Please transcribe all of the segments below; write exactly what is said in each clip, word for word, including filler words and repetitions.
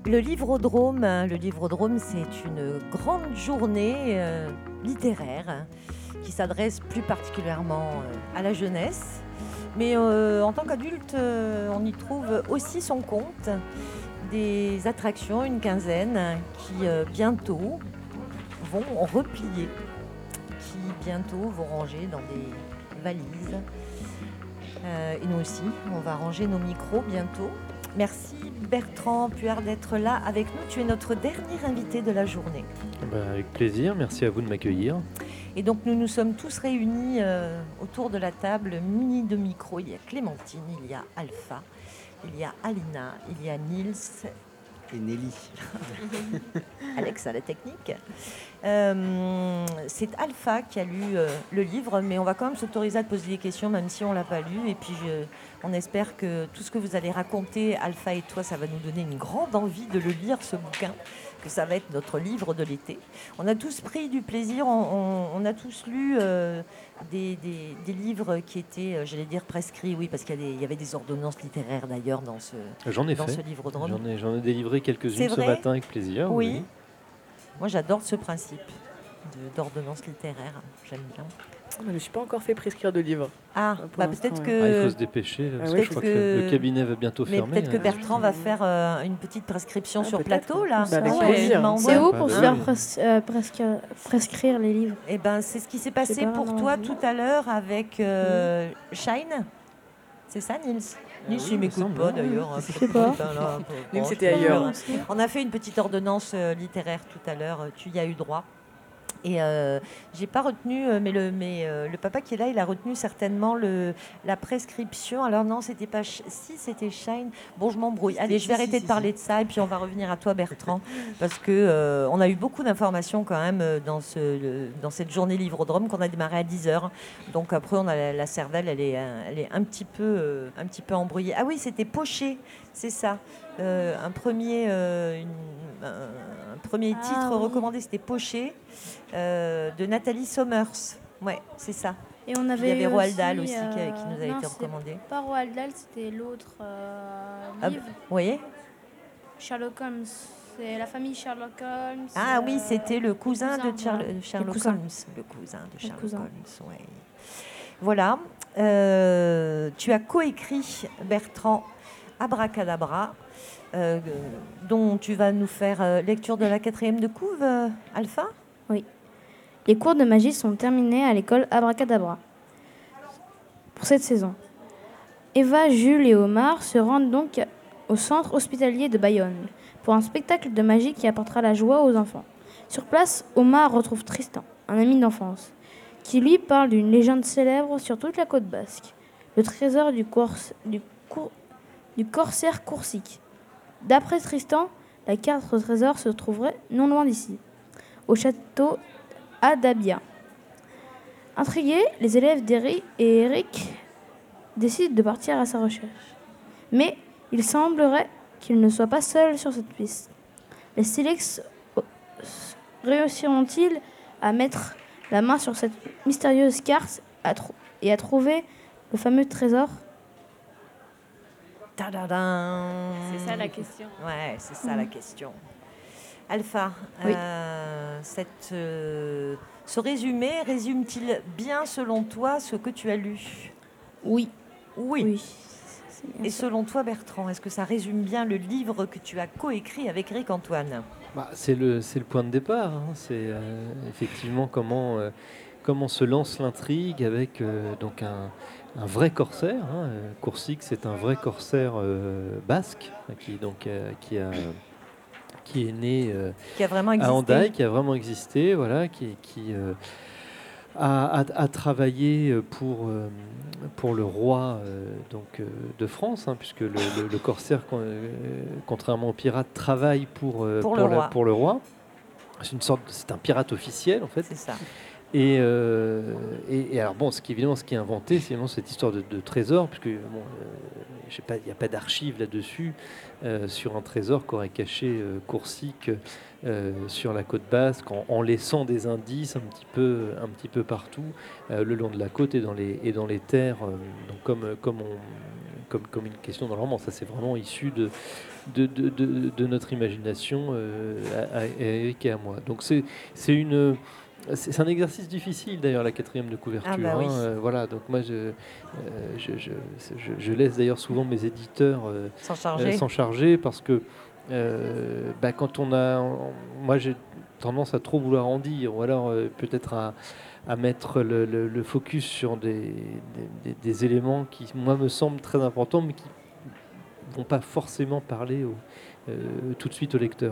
Le Livrodrome, le Livrodrome, c'est une grande journée euh, littéraire hein, qui s'adresse plus particulièrement euh, à la jeunesse. Mais euh, en tant qu'adulte, euh, on y trouve aussi son compte. Des attractions, une quinzaine, qui euh, bientôt vont replier, qui bientôt vont ranger dans des valises. Euh, et nous aussi, on va ranger nos micros bientôt. Merci Bertrand Puard d'être là avec nous. Tu es notre dernier invité de la journée. Ben, avec plaisir, merci à vous de m'accueillir. Et donc nous nous sommes tous réunis euh, autour de la table, munis de micros. Il y a Clémentine, il y a Alpha, il y a Alina, il y a Nils. Et Nelly. Alex à la technique. Euh, c'est Alpha qui a lu euh, le livre, mais on va quand même s'autoriser à te poser des questions, même si on ne l'a pas lu. Et puis, je, on espère que tout ce que vous allez raconter, Alpha et toi, ça va nous donner une grande envie de le lire, ce bouquin, que ça va être notre livre de l'été. On a tous pris du plaisir, on, on, on a tous lu euh, des, des, des livres qui étaient, euh, j'allais dire, prescrits, oui, parce qu'il y, a des, il y avait des ordonnances littéraires d'ailleurs dans ce, j'en ai dans fait. ce livre-drome. J'en ai, j'en ai délivré quelques-unes ce matin avec plaisir. Oui. oui. Moi, j'adore ce principe de, d'ordonnance littéraire. J'aime bien. Je ne me suis pas encore fait prescrire de livre. Ah, bah peut-être que... Ah, il faut se dépêcher. Parce Ah, que oui, je crois que... que le cabinet va bientôt Mais fermer. peut-être que Bertrand va faire euh, une petite prescription ah, sur peut-être. plateau, là. Bah, avec Ah, plaisir. ouais, C'est où Ah, pour bah, se faire oui. pres- euh, presque- prescrire les livres? Eh ben, c'est ce qui s'est passé pas pour vraiment toi envie. tout à l'heure avec euh, Shine. C'est ça, Nils Nils, oui, il me m'écoute semble, pas oui. d'ailleurs. Je sais pas. Putain, là, Nils, bon, c'était je- ailleurs. On a fait une petite ordonnance euh, littéraire tout à l'heure. Tu y as eu droit. Et euh, j'ai pas retenu, euh, mais, le, mais euh, le papa qui est là, il a retenu certainement le, la prescription. Alors non, c'était pas, Sh- si c'était Shine. Bon, je m'embrouille. Allez, je vais Si, arrêter si, de parler de ça et puis on va revenir à toi, Bertrand, parce que euh, on a eu beaucoup d'informations quand même euh, dans ce, le- dans cette journée Livrodrome qu'on a démarré à dix heures. Donc après, on a la, la cervelle, elle est, euh, elle est un petit peu, euh, un petit peu embrouillée. Ah oui, c'était Poché, c'est ça. Euh, un premier, euh, une- un, un premier Ah, titre oui. recommandé, c'était Poché. Euh, de Nathalie Sommers. Ouais, c'est ça. Et on Il avait y avait eu Roald Dahl aussi, euh, qui, qui nous a non, été c'est recommandé. pas Roald Dahl, c'était l'autre euh, Ah, livre. vous voyez Sherlock Holmes. C'est la famille Sherlock Holmes. Ah oui, euh, c'était le cousin, cousin, de Charl- voilà. euh, Sherlock cousin. Holmes. Le cousin de Sherlock cousin. Holmes, ouais. Voilà. Euh, tu as coécrit, Bertrand, Abracadabra, euh, dont tu vas nous faire euh, lecture de la quatrième de couve, euh, Alpha. Les cours de magie sont terminés à l'école Abracadabra pour cette saison. Eva, Jules et Omar se rendent donc au centre hospitalier de Bayonne pour un spectacle de magie qui apportera la joie aux enfants. Sur place, Omar retrouve Tristan, un ami d'enfance, qui lui parle d'une légende célèbre sur toute la côte basque, le trésor du, corse- du, cour- du corsaire Coursic. D'après Tristan, la carte au trésor se trouverait non loin d'ici, au château Adabia. Intrigués, les élèves d'Eric et Eric décident de partir à sa recherche. Mais il semblerait qu'ils ne soient pas seuls sur cette piste. Les Silex réussiront-ils à mettre la main sur cette mystérieuse carte à trou- et à trouver le fameux trésor? Tadadam. C'est ça la question. Ouais, c'est ça la question. Alpha, Oui. euh, cette, euh, ce résumé résume-t-il bien selon toi ce que tu as lu? Oui. Oui. Oui. C'est bien Et ça. selon toi, Bertrand, est-ce que ça résume bien le livre que tu as coécrit avec Eric Antoine? Bah, c'est, le, c'est le point de départ. hein. C'est euh, effectivement comment, euh, comment se lance l'intrigue avec euh, donc un, un vrai corsaire. Hein. Euh, Coursic, c'est un vrai corsaire euh, basque hein, qui, donc, euh, qui, a, qui est né euh, Qui a vraiment à existé? Hendaye, qui a vraiment existé, voilà, qui, qui euh, a, a- a travaillé pour, euh, pour le roi euh, donc, euh, de France, hein, puisque le, le- le corsaire, con- euh, contrairement au pirate, travaille pour, euh, Pour le la- roi. pour le roi. C'est une sorte, c'est un pirate officiel en fait. C'est ça. Et, euh, et, et alors bon, ce qui évidemment, ce qui est inventé, c'est évidemment cette histoire de, de trésor, puisque bon, euh, je sais pas, il n'y a pas d'archives là-dessus euh, sur un trésor qu'aurait caché euh, Coursic euh, sur la côte basque, en, en laissant des indices un petit peu, un petit peu partout euh, le long de la côte et dans les et dans les terres. Euh, donc comme comme on comme comme une question dans le roman, ça c'est vraiment issu de de, de, de, de notre imagination euh, à, à Eric et à moi. Donc c'est c'est une c'est c'est un exercice difficile d'ailleurs la quatrième de couverture. Ah bah oui. hein, euh, voilà, donc moi je, euh, je, je, je, je laisse d'ailleurs souvent mes éditeurs euh, S'en euh, charger. s'en charger parce que euh, bah, quand on a, on- moi j'ai tendance à trop vouloir en dire ou alors euh, peut-être à, à mettre le, le- le focus sur des, des, des- des éléments qui moi me semblent très importants mais qui vont pas forcément parler au- euh, tout de suite au lecteur.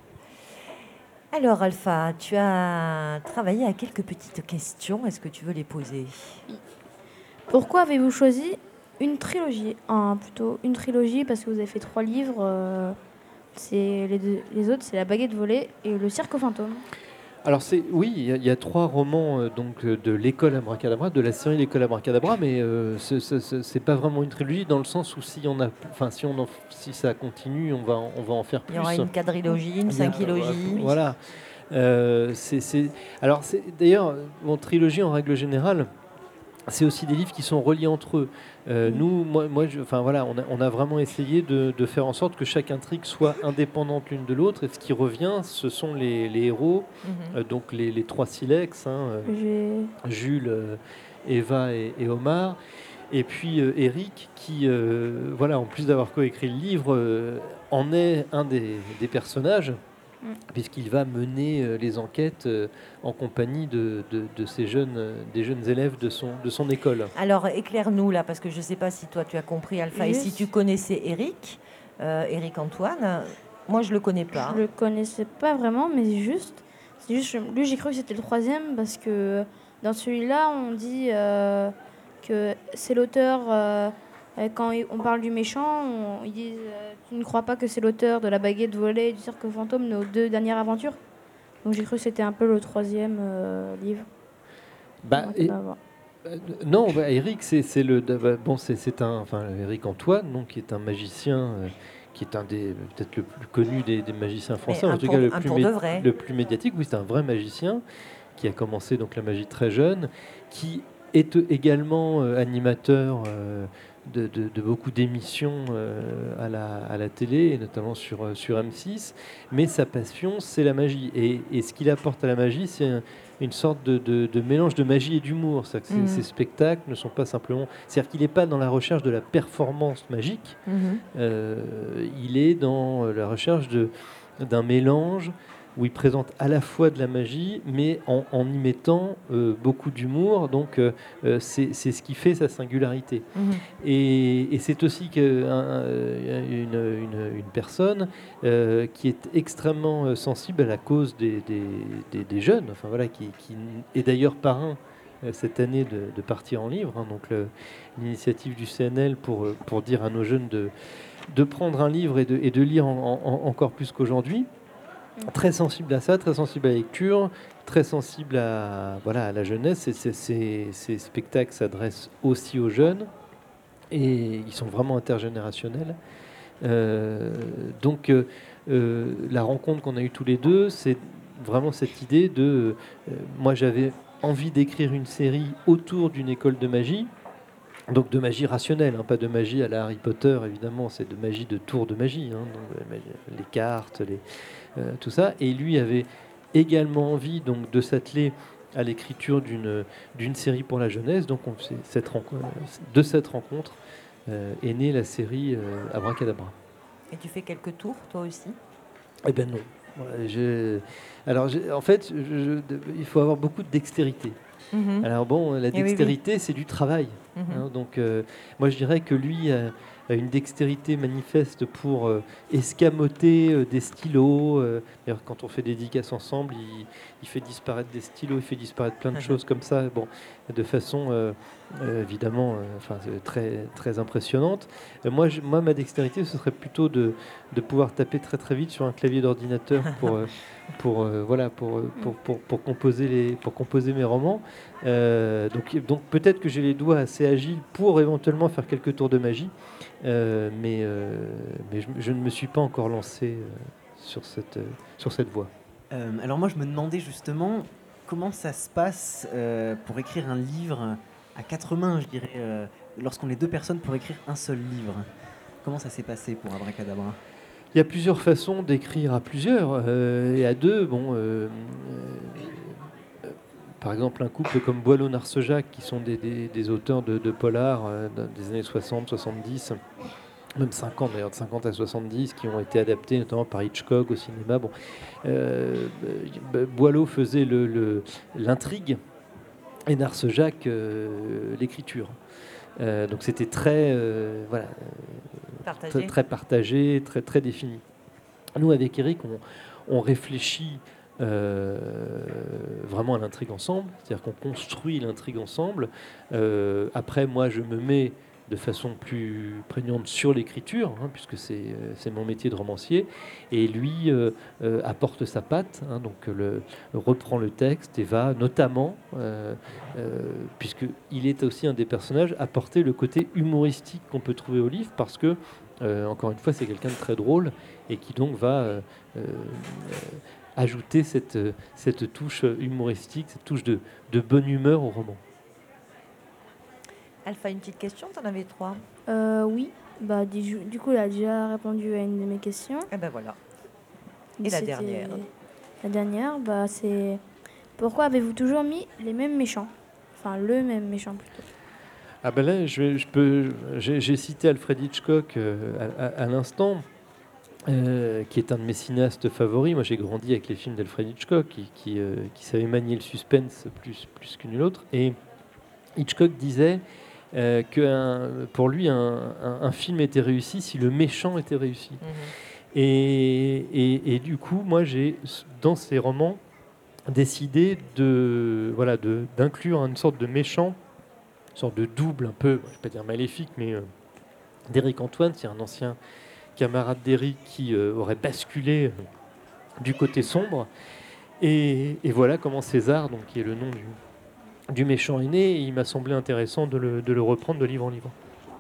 Alors Alpha, tu as travaillé à quelques petites questions. Est-ce que tu veux les poser? Pourquoi avez-vous choisi une trilogie? Un, plutôt une trilogie parce que vous avez fait trois livres. euh, c'est les, deux- les autres, c'est La baguette volée et Le cirque aux fantômes. Alors c'est oui, il y, a- il y a trois romans euh, donc euh, de l'école Abracadabra, de la série l'école Abracadabra, mais euh, ce- ce- ce- c'est pas vraiment une trilogie dans le sens où si on a, enfin si on en- si ça continue, on va en- on va en faire Il plus. y aura une quadrilogie, une Il y a- cinquilogie. Voilà. Euh, c'est c'est- alors c'est d'ailleurs mon trilogie en règle générale. C'est aussi des livres qui sont reliés entre eux. Euh, Mm. Nous, moi, moi je- enfin voilà, on a, on a vraiment essayé de, de faire en sorte que chaque intrigue soit indépendante l'une de l'autre. Et ce qui revient, ce sont les, les héros, Mhm. euh, donc les, les trois silex, hein, euh, J'ai Jules, euh, Eva et, et Omar. Et puis euh, Eric, qui, euh, voilà, en plus d'avoir coécrit le livre, euh, en est un des, des personnages, Mm. puisqu'il va mener euh, les enquêtes euh, en compagnie de, de- de ces jeunes, euh, des jeunes élèves de son, de son école. Alors éclaire-nous là, parce que je ne sais pas si toi tu as compris Alpha et si Juste- tu connaissais Eric, euh, Eric Antoine. Moi je le connais pas. Je le connaissais pas vraiment, mais juste, c'est juste, je- lui j'ai cru que c'était le troisième parce que dans celui-là on dit euh, que c'est l'auteur. euh, euh, quand il- on parle du méchant, on- ils disent euh, tu ne crois pas que c'est l'auteur de La baguette volée et du cirque fantôme, nos deux dernières aventures. Donc j'ai cru que c'était un peu le troisième euh, livre. Bah, Donc, et- on va voir. euh, non, bah, Eric, c'est c'est le bah, bon, c'est c'est un, enfin Eric Antoine, donc qui est un magicien, euh, qui est un des peut-être le plus connu des, des magiciens français, un en tout pour- cas le un plus, pour de vrai. le plus médiatique. Oui, c'est un vrai magicien qui a commencé donc la magie très jeune, qui est également euh, animateur euh, de, de- de beaucoup d'émissions euh, à, la, à la télé, et notamment sur, euh, sur M six. Mais sa passion, c'est la magie. Et, et ce qu'il apporte à la magie, c'est un- une sorte de, de- de mélange de magie et d'humour. C'est-à-dire que ces- Mhm. ces spectacles ne sont pas simplement... C'est-à-dire qu'il n'est pas dans la recherche de la performance magique, Mhm. euh, il est dans la recherche de- d'un mélange où il présente à la fois de la magie, mais en, en y mettant euh, beaucoup d'humour. Donc, euh, euh, c'est c'est ce qui fait sa singularité. Mhm. Et, et c'est aussi que un- une, une- une personne euh, qui est extrêmement euh, sensible à la cause des, des- des- des jeunes, enfin voilà, qui, qui est d'ailleurs parrain euh, cette année de, de partir en livre. hein. donc le- l'initiative du C N L pour, euh, pour dire à nos jeunes de, de prendre un livre et de, et de lire en- en- encore plus qu'aujourd'hui. Très sensible à ça, très sensible à la lecture, très sensible à, voilà, à la jeunesse. Et c'est- c'est- ces spectacles s'adressent aussi aux jeunes et ils sont vraiment intergénérationnels. Euh, donc euh, euh, la rencontre qu'on a eue tous les deux, c'est vraiment cette idée de... euh, moi j'avais envie d'écrire une série autour d'une école de magie. Donc de magie rationnelle, hein, pas de magie à la Harry Potter, évidemment, c'est de magie de tour de magie, hein, donc, la magie- les cartes, les, euh, tout ça. Et lui avait également envie donc, de s'atteler à l'écriture d'une d'une série pour la jeunesse. Donc on, c'est- cette rencontre, de cette rencontre euh, est née la série euh, Abracadabra. Et tu fais quelques tours toi aussi? Eh ben non. Voilà, j'ai- alors j'ai- en fait, je- je- il faut avoir beaucoup de dextérité. Mhm. Alors bon, la Eh oui, oui. dextérité, c'est du travail. Mhm. hein. donc euh, moi je dirais que lui a, a une dextérité manifeste pour euh, escamoter euh, des stylos. euh, D'ailleurs, quand on fait des dédicaces ensemble, il, il fait disparaître des stylos, il fait disparaître plein de Mhm. choses comme ça, bon, de façon euh, euh, évidemment, euh, enfin, c'est très, très impressionnante. Euh, moi, je- moi, ma dextérité, ce serait plutôt de, de pouvoir taper très très vite sur un clavier d'ordinateur pour, euh, pour, euh, voilà, pour, euh, pour, pour, pour composer les, pour composer mes romans. Euh, donc, donc peut-être que j'ai les doigts assez agiles pour éventuellement faire quelques tours de magie, euh, mais, euh, mais je, je ne me suis pas encore lancé euh, sur cette, euh, sur cette voie. Euh, alors moi je me demandais justement comment ça se passe euh, pour écrire un livre à quatre mains, je dirais, euh, lorsqu'on est deux personnes pour écrire un seul livre. Comment ça s'est passé pour Abracadabra? Il y a plusieurs façons d'écrire à plusieurs euh, et à deux. Bon, euh, euh, par exemple, un couple comme Boileau-Narcejac, qui sont des, des- des auteurs de, de polars euh, des années soixante, soixante-dix, même cinquante d'ailleurs, de cinquante à soixante-dix, qui ont été adaptés notamment par Hitchcock au cinéma. Bon, euh, euh, Boileau faisait le- le- l'intrigue et Narcejac euh, l'écriture. Euh, donc c'était très, euh, voilà, Partagé. très, très partagé, très, très défini. Nous, avec Eric, on, on réfléchit euh, vraiment à l'intrigue ensemble, c'est-à-dire qu'on construit l'intrigue ensemble. Euh, après, moi, je me mets de façon plus prégnante sur l'écriture, hein, puisque c'est euh, c'est mon métier de romancier, et lui euh, euh, apporte sa patte, hein, donc le, reprend le texte et va notamment, euh, euh, puisqu'il est aussi un des personnages, apporter le côté humoristique qu'on peut trouver au livre, parce que, euh, encore une fois, c'est quelqu'un de très drôle, et qui donc va euh, euh, ajouter cette, cette touche humoristique, cette touche de, de bonne humeur au roman. Alpha, une petite question, t'en avais trois. Euh, oui, bah, du, du coup, elle a déjà répondu à une de mes questions. Et ben voilà. Et la C'était- dernière? La dernière, bah, c'est pourquoi avez-vous toujours mis les mêmes méchants? Enfin, le même méchant plutôt. Ah ben là, je, vais- je peux, j'ai, j'ai cité Alfred Hitchcock euh, à, à- à l'instant, euh, qui est un de mes cinéastes favoris. Moi, j'ai grandi avec les films d'Alfred Hitchcock, qui, qui, euh, qui savait manier le suspense plus, plus qu'une autre. Et Hitchcock disait euh, que un- pour lui, un, un- un film était réussi si le méchant était réussi. Mhm. Et, et- et du coup, moi, j'ai, dans ces romans, décidé de, voilà, de, d'inclure une sorte de méchant, une sorte de double un peu, je ne vais pas dire maléfique, mais euh, d'Éric Antoine, c'est un ancien camarade d'Éric qui euh, aurait basculé euh, du côté sombre. Et, et voilà comment César, donc, qui est le nom du, du méchant, est né. Et il m'a semblé intéressant de le, de le reprendre de livre en livre.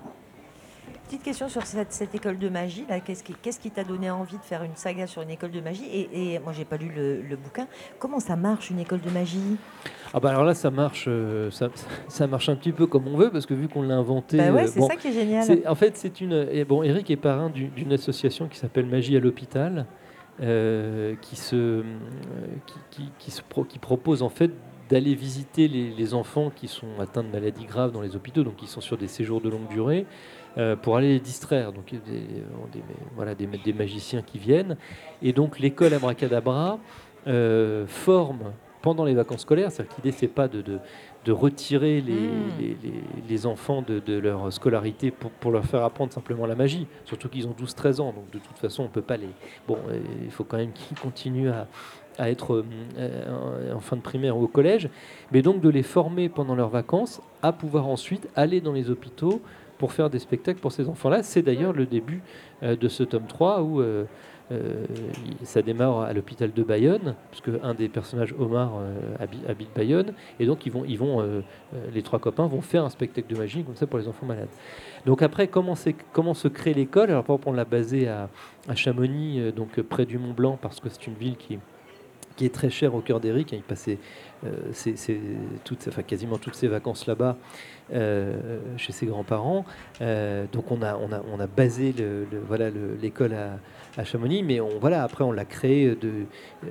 Petite question sur cette, cette école de magie. Là. Qu'est-ce qui qu'est-ce qui t'a donné envie de faire une saga sur une école de magie et, et moi, j'ai pas lu le, le bouquin. Comment ça marche, une école de magie? Ah bah alors là, ça marche, euh, ça, ça marche un petit peu comme on veut, parce que vu qu'on l'a inventé... Bah ouais, euh, c'est bon, ça qui est génial. c'est- en fait, c'est une... Et bon, Eric est parrain du- d'une association qui s'appelle Magie à l'hôpital, euh, qui, se, euh, qui, qui- qui se pro- qui propose en fait d'aller visiter les, les enfants qui sont atteints de maladies graves dans les hôpitaux, donc qui sont sur des séjours de longue durée, euh, pour aller les distraire. Donc il y a des, des- voilà, des, des magiciens qui viennent. Et donc l'école Abracadabra euh, forme pendant les vacances scolaires, c'est-à-dire que l'idée, c'est pas de, de, de retirer les, Mm. les, les- les enfants de, de leur scolarité pour, pour leur faire apprendre simplement la magie, surtout qu'ils ont douze treize ans, donc de toute façon, on peut pas les... Bon, euh, il faut quand même qu'ils continuent à, à être euh, en fin de primaire ou au collège, mais donc de les former pendant leurs vacances à pouvoir ensuite aller dans les hôpitaux pour faire des spectacles pour ces enfants-là. C'est d'ailleurs le début euh, de ce tome trois où... euh, Euh, il- ça démarre à l'hôpital de Bayonne, puisque un des personnages, Omar, euh, habite, habite Bayonne, et donc ils vont, ils vont, euh, euh, les trois copains vont faire un spectacle de magie comme ça pour les enfants malades. Donc après, comment, c'est- comment se crée l'école? Alors par exemple, on l'a basée à, à Chamonix, euh, donc euh, près du Mont Blanc, parce que c'est une ville qui qui est très chère au cœur d'Éric. Il passait euh, ses- ses- toutes, enfin, quasiment toutes ses vacances là-bas, euh, chez ses grands-parents. Euh, donc on a, on a, on a basé le, le- voilà, le- l'école à, à Chamonix, mais on, voilà, après on l'a créé de, euh,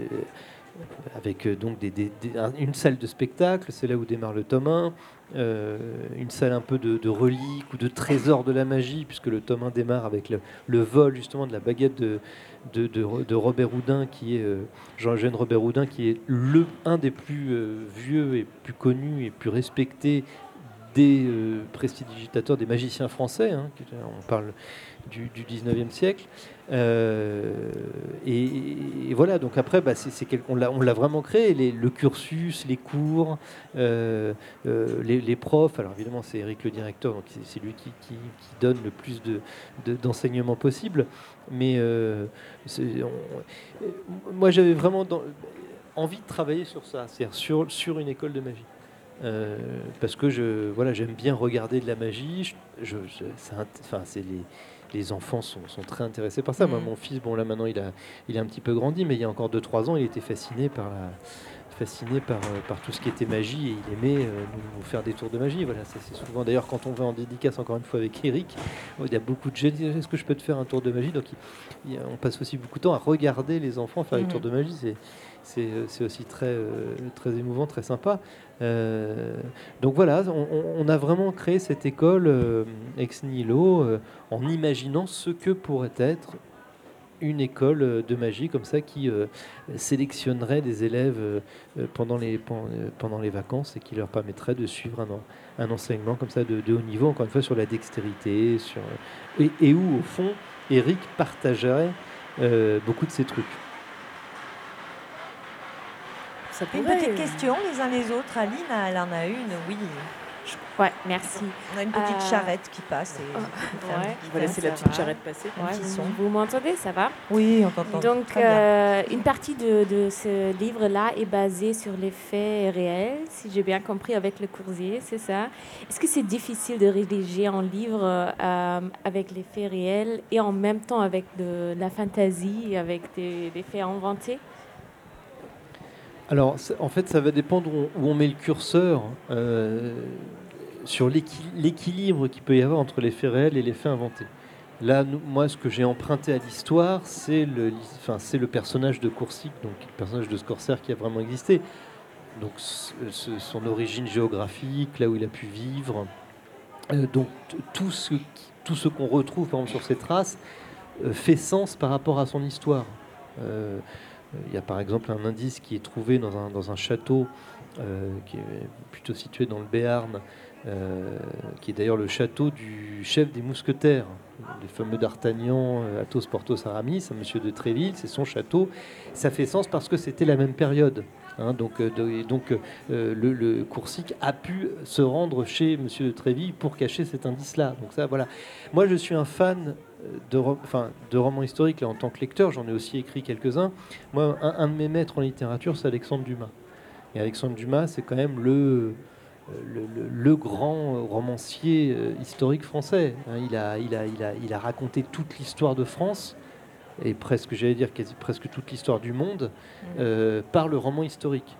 avec euh, donc des, des- des- un- une salle de spectacle, c'est là où démarre le tome un, euh, une salle un peu de, de reliques ou de trésors de la magie, puisque le tome un démarre avec le, le vol justement de la baguette de, de, de- de Robert Houdin, qui est euh, Jean-Eugène Robert Houdin, qui est le, un des plus euh, vieux et plus connus et plus respectés des euh, prestidigitateurs, des magiciens français, hein, qui- on parle du, du dix-neuvième siècle. Euh, et, et voilà, donc après, bah, c'est, c'est quel- on, l'a, on l'a vraiment créé, les- le cursus, les cours, euh, euh, les, les profs. Alors évidemment, c'est Eric le directeur, donc c'est, c'est lui qui, qui- qui donne le plus de, de- d'enseignement possible. Mais euh, c'est- on- moi, j'avais vraiment dans- envie de travailler sur ça, c'est-à-dire sur, sur une école de magie. Euh, parce que je, voilà, j'aime bien regarder de la magie. Je, je- je- c'est int- enfin, c'est les, les enfants sont, sont très intéressés par ça. Moi, Mm. mon fils, bon là maintenant il a, il a un petit peu grandi, mais il y a encore deux trois ans, il était fasciné par la, fasciné par, euh, par tout ce qui était magie et il aimait euh, nous, nous faire des tours de magie. Voilà, ça, c'est souvent d'ailleurs quand on va en dédicace encore une fois avec Eric, il y a beaucoup de jeunes qui disent est-ce que je peux te faire un tour de magie, donc il- il- on passe aussi beaucoup de temps à regarder les enfants faire Mhm. les tours de magie. C'est, c'est, c'est aussi très, euh, très émouvant, très sympa. Euh, donc voilà, on, on- on a vraiment créé cette école euh, ex nihilo euh, en imaginant ce que pourrait être une école euh, de magie comme ça qui euh, sélectionnerait des élèves euh, euh, pendant les, pen- euh, pendant les vacances et qui leur permettrait de suivre un, en- un enseignement comme ça de, de haut niveau, encore une fois sur la dextérité, sur, et, et où au fond Eric partagerait euh, beaucoup de ces trucs. Ça Une pourrait. petite question les uns les autres. Aline, elle en a une, oui. Ouais, merci. On a une petite Euh, charrette qui passe. Et oh, on fait un ouais. petit Je vais laisser la Ça petite va. charrette passer. Un Ouais, petit vous, son. vous m'entendez, ça va? Oui, on t'entend. Donc, très bien. euh, une partie de, de ce livre-là est basée sur les faits réels, si j'ai bien compris, avec le Coursier, c'est ça. Est-ce que c'est difficile de rédiger un livre euh, avec les faits réels et en même temps avec de la fantaisie, avec des, des faits inventés? Alors, c'est- en fait, ça va dépendre où on, où on met le curseur euh, sur l'équi- l'équilibre qu'il peut y avoir entre les faits réels et les faits inventés. Là, nous- moi, ce que j'ai emprunté à l'histoire, c'est le, enfin, c'est le personnage de Coursic, donc le personnage de Scorsaire qui a vraiment existé. Donc, ce- ce- son origine géographique, là où il a pu vivre. Euh, donc, t- tout ce, qui- tout ce qu'on retrouve, par exemple, sur ses traces, euh, fait sens par rapport à son histoire. Euh, Il y a par exemple un indice qui est trouvé dans un, dans un château euh, qui est plutôt situé dans le Béarn, euh, qui est d'ailleurs le château du chef des mousquetaires, le fameux d'Artagnan, euh, Athos, Porthos, Aramis, un monsieur de Tréville, c'est son château. Ça fait sens parce que c'était la même période. Hein, donc, euh, de- et donc euh, le, le Coursic a pu se rendre chez monsieur de Tréville pour cacher cet indice-là. Donc ça, voilà. Moi, je suis un fan de, ro- enfin, de romans historiques. Là, en tant que lecteur, j'en ai aussi écrit quelques-uns. Moi, un, un de mes maîtres en littérature, c'est Alexandre Dumas. Et Alexandre Dumas, c'est quand même le, le, le- le grand romancier euh, historique français. Hein, il, a, il, a, il, a, il a raconté toute l'histoire de France, et presque, j'allais dire, quasi presque toute l'histoire du monde, euh, par le roman historique.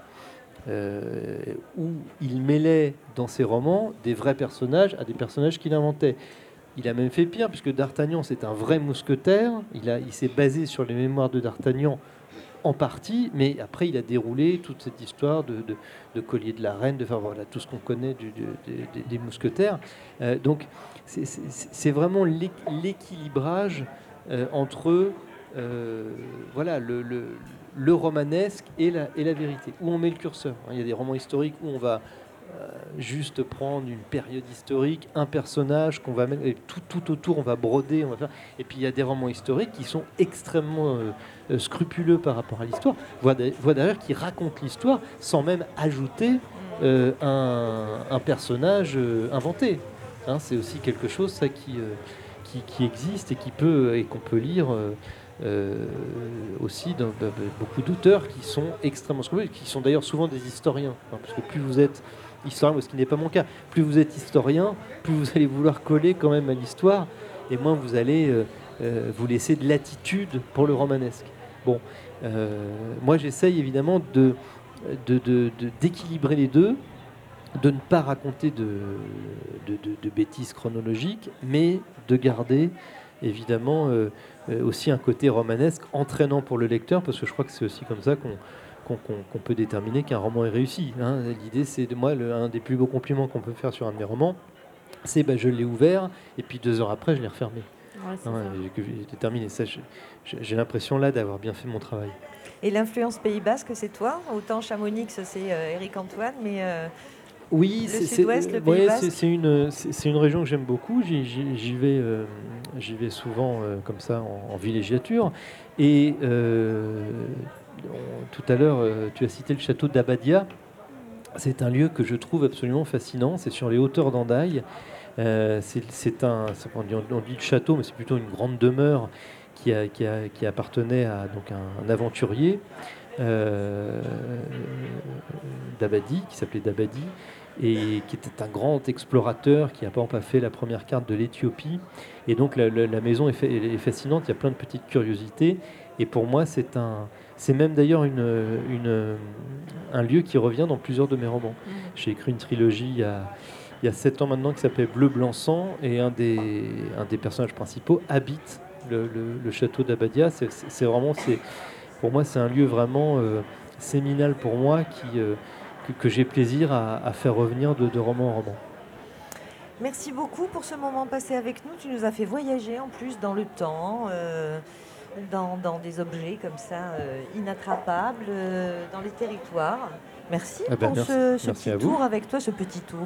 Euh, où il mêlait dans ses romans des vrais personnages à des personnages qu'il inventait. Il a même fait pire, puisque D'Artagnan, c'est un vrai mousquetaire. Il, a, il s'est basé sur les mémoires de D'Artagnan en partie, mais après, il a déroulé toute cette histoire de, de, de collier de la reine, de enfin, voilà, tout ce qu'on connaît du- du- des- des- des mousquetaires. Euh, donc, c'est, c'est- c'est vraiment l'éq- l'équilibrage euh, entre euh, voilà, le, le, le romanesque et la, et la vérité. Où on met le curseur. Il y a des romans historiques où on va euh, juste prendre une période historique, un personnage qu'on va mettre, et tout, tout autour on va broder, on va faire. Et puis il y a des romans historiques qui sont extrêmement euh, euh, scrupuleux par rapport à l'histoire, voire d'a- voire d'ailleurs qui racontent l'histoire sans même ajouter euh, un, un personnage euh, inventé. Hein, c'est aussi quelque chose ça qui, euh, qui, qui existe et qui peut et qu'on peut lire. euh, euh, aussi dans, dans beaucoup d'auteurs qui sont extrêmement scrupuleux, qui sont d'ailleurs souvent des historiens, hein, parce que plus vous êtes historien, ce qui n'est pas mon cas, plus vous êtes historien, plus vous allez vouloir coller quand même à l'histoire, et moins vous allez euh, euh, vous laisser de latitude pour le romanesque. Bon, euh, moi j'essaye évidemment de, de, de- de- d'équilibrer les deux, de ne pas raconter de, de, de- de bêtises chronologiques, mais de garder évidemment euh, euh, aussi un côté romanesque entraînant pour le lecteur, parce que je crois que c'est aussi comme ça qu'on qu'on qu'on- qu'on peut déterminer qu'un roman est réussi. Hein. L'idée, c'est de moi, le- un des plus beaux compliments qu'on peut faire sur un de mes romans, c'est bah, je l'ai ouvert, et puis deux heures après, je l'ai refermé. Ouais, c'est Hein, ça. et que j'ai terminé. Ça, je- je- j'ai l'impression là d'avoir bien fait mon travail. Et l'influence Pays Basque, c'est toi. Autant Chamonix, c'est euh, Éric Antoine, mais euh, Oui, Le c'est- sud-ouest, c'est le Pays ouais, Basque. c'est- c'est une, c'est c'est une région que j'aime beaucoup. J'y j'y- j'y vais, euh, j'y vais souvent euh, comme ça en, en villégiature. Et euh, on- tout à l'heure, euh, tu as cité le château d'Abadia. C'est un lieu que je trouve absolument fascinant. C'est sur les hauteurs d'Andaille. Euh, c'est c'est un, c'est- on dit, on dit le château, mais c'est plutôt une grande demeure qui, a- qui, a- qui appartenait à donc un, un aventurier euh, d'Abadi, qui s'appelait Dabadi, et qui était un grand explorateur qui a par exemple a fait la première carte de l'Éthiopie. Et donc la, la- la maison est, fa- elle est fascinante, il y a plein de petites curiosités. Et pour moi, c'est un, c'est même d'ailleurs une, une- un lieu qui revient dans plusieurs de mes romans. J'ai écrit une trilogie il y a, il y a sept ans maintenant qui s'appelle Bleu Blanc Sang, et un des, un des personnages principaux habite le, le- le château d'Abadia. C'est c'est- c'est vraiment, c'est, pour moi, c'est un lieu vraiment euh, séminal pour moi qui, euh, que, que j'ai plaisir à, à faire revenir de, de roman en roman. Merci beaucoup pour ce moment passé avec nous. Tu nous as fait voyager en plus dans le temps, euh, dans, dans des objets comme ça euh, inattrapables, euh, dans les territoires. Merci Ah ben, pour merci. ce, ce Merci petit à vous. tour avec toi, ce petit tour.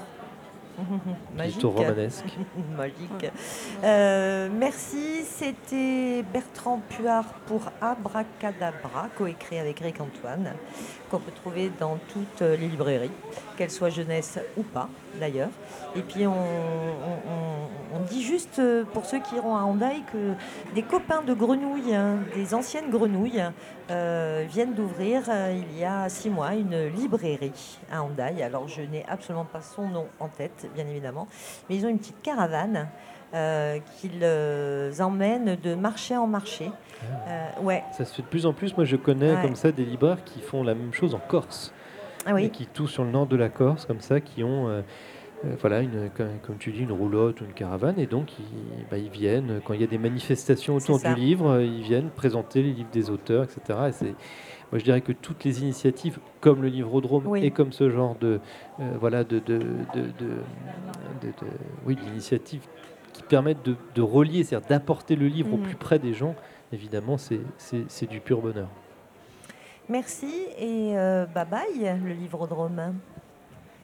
Petit Magique. tour romanesque. Magique. Euh, merci, c'était Bertrand Puard pour Abracadabra, coécrit avec Eric Antoine, qu'on peut trouver dans toutes les librairies, qu'elles soient jeunesse ou pas d'ailleurs. Et puis on, on- on- on dit juste euh, pour ceux qui iront à Hendaye que des copains de grenouilles, hein, des anciennes grenouilles, euh, viennent d'ouvrir euh, il y a six mois une librairie à Hendaye. Alors je n'ai absolument pas son nom en tête, bien évidemment, mais ils ont une petite caravane euh, qu'ils euh, emmènent de marché en marché. Euh, ouais, Ça se fait de plus en plus. Moi, je connais Ouais. comme ça des libraires qui font la même chose en Corse. ah Et oui, qui tout sur le nord de la Corse, comme ça, qui ont, euh, euh, voilà, une, comme, comme tu dis, une roulotte ou une caravane, et donc ils, bah, ils viennent, quand il y a des manifestations autour C'est ça. du livre, euh, ils viennent présenter les livres des auteurs, et cetera. Et c'est, moi, je dirais que toutes les initiatives, comme le Livrodrome Oui. et comme ce genre de, euh, voilà, de, de, de, de- de- de- oui, d'initiatives qui permettent de, de relier, c'est-à-dire d'apporter le livre au Mhm. plus près des gens, évidemment, c'est, c'est, c'est du pur bonheur. merci et euh, bye bye le Livrodrome.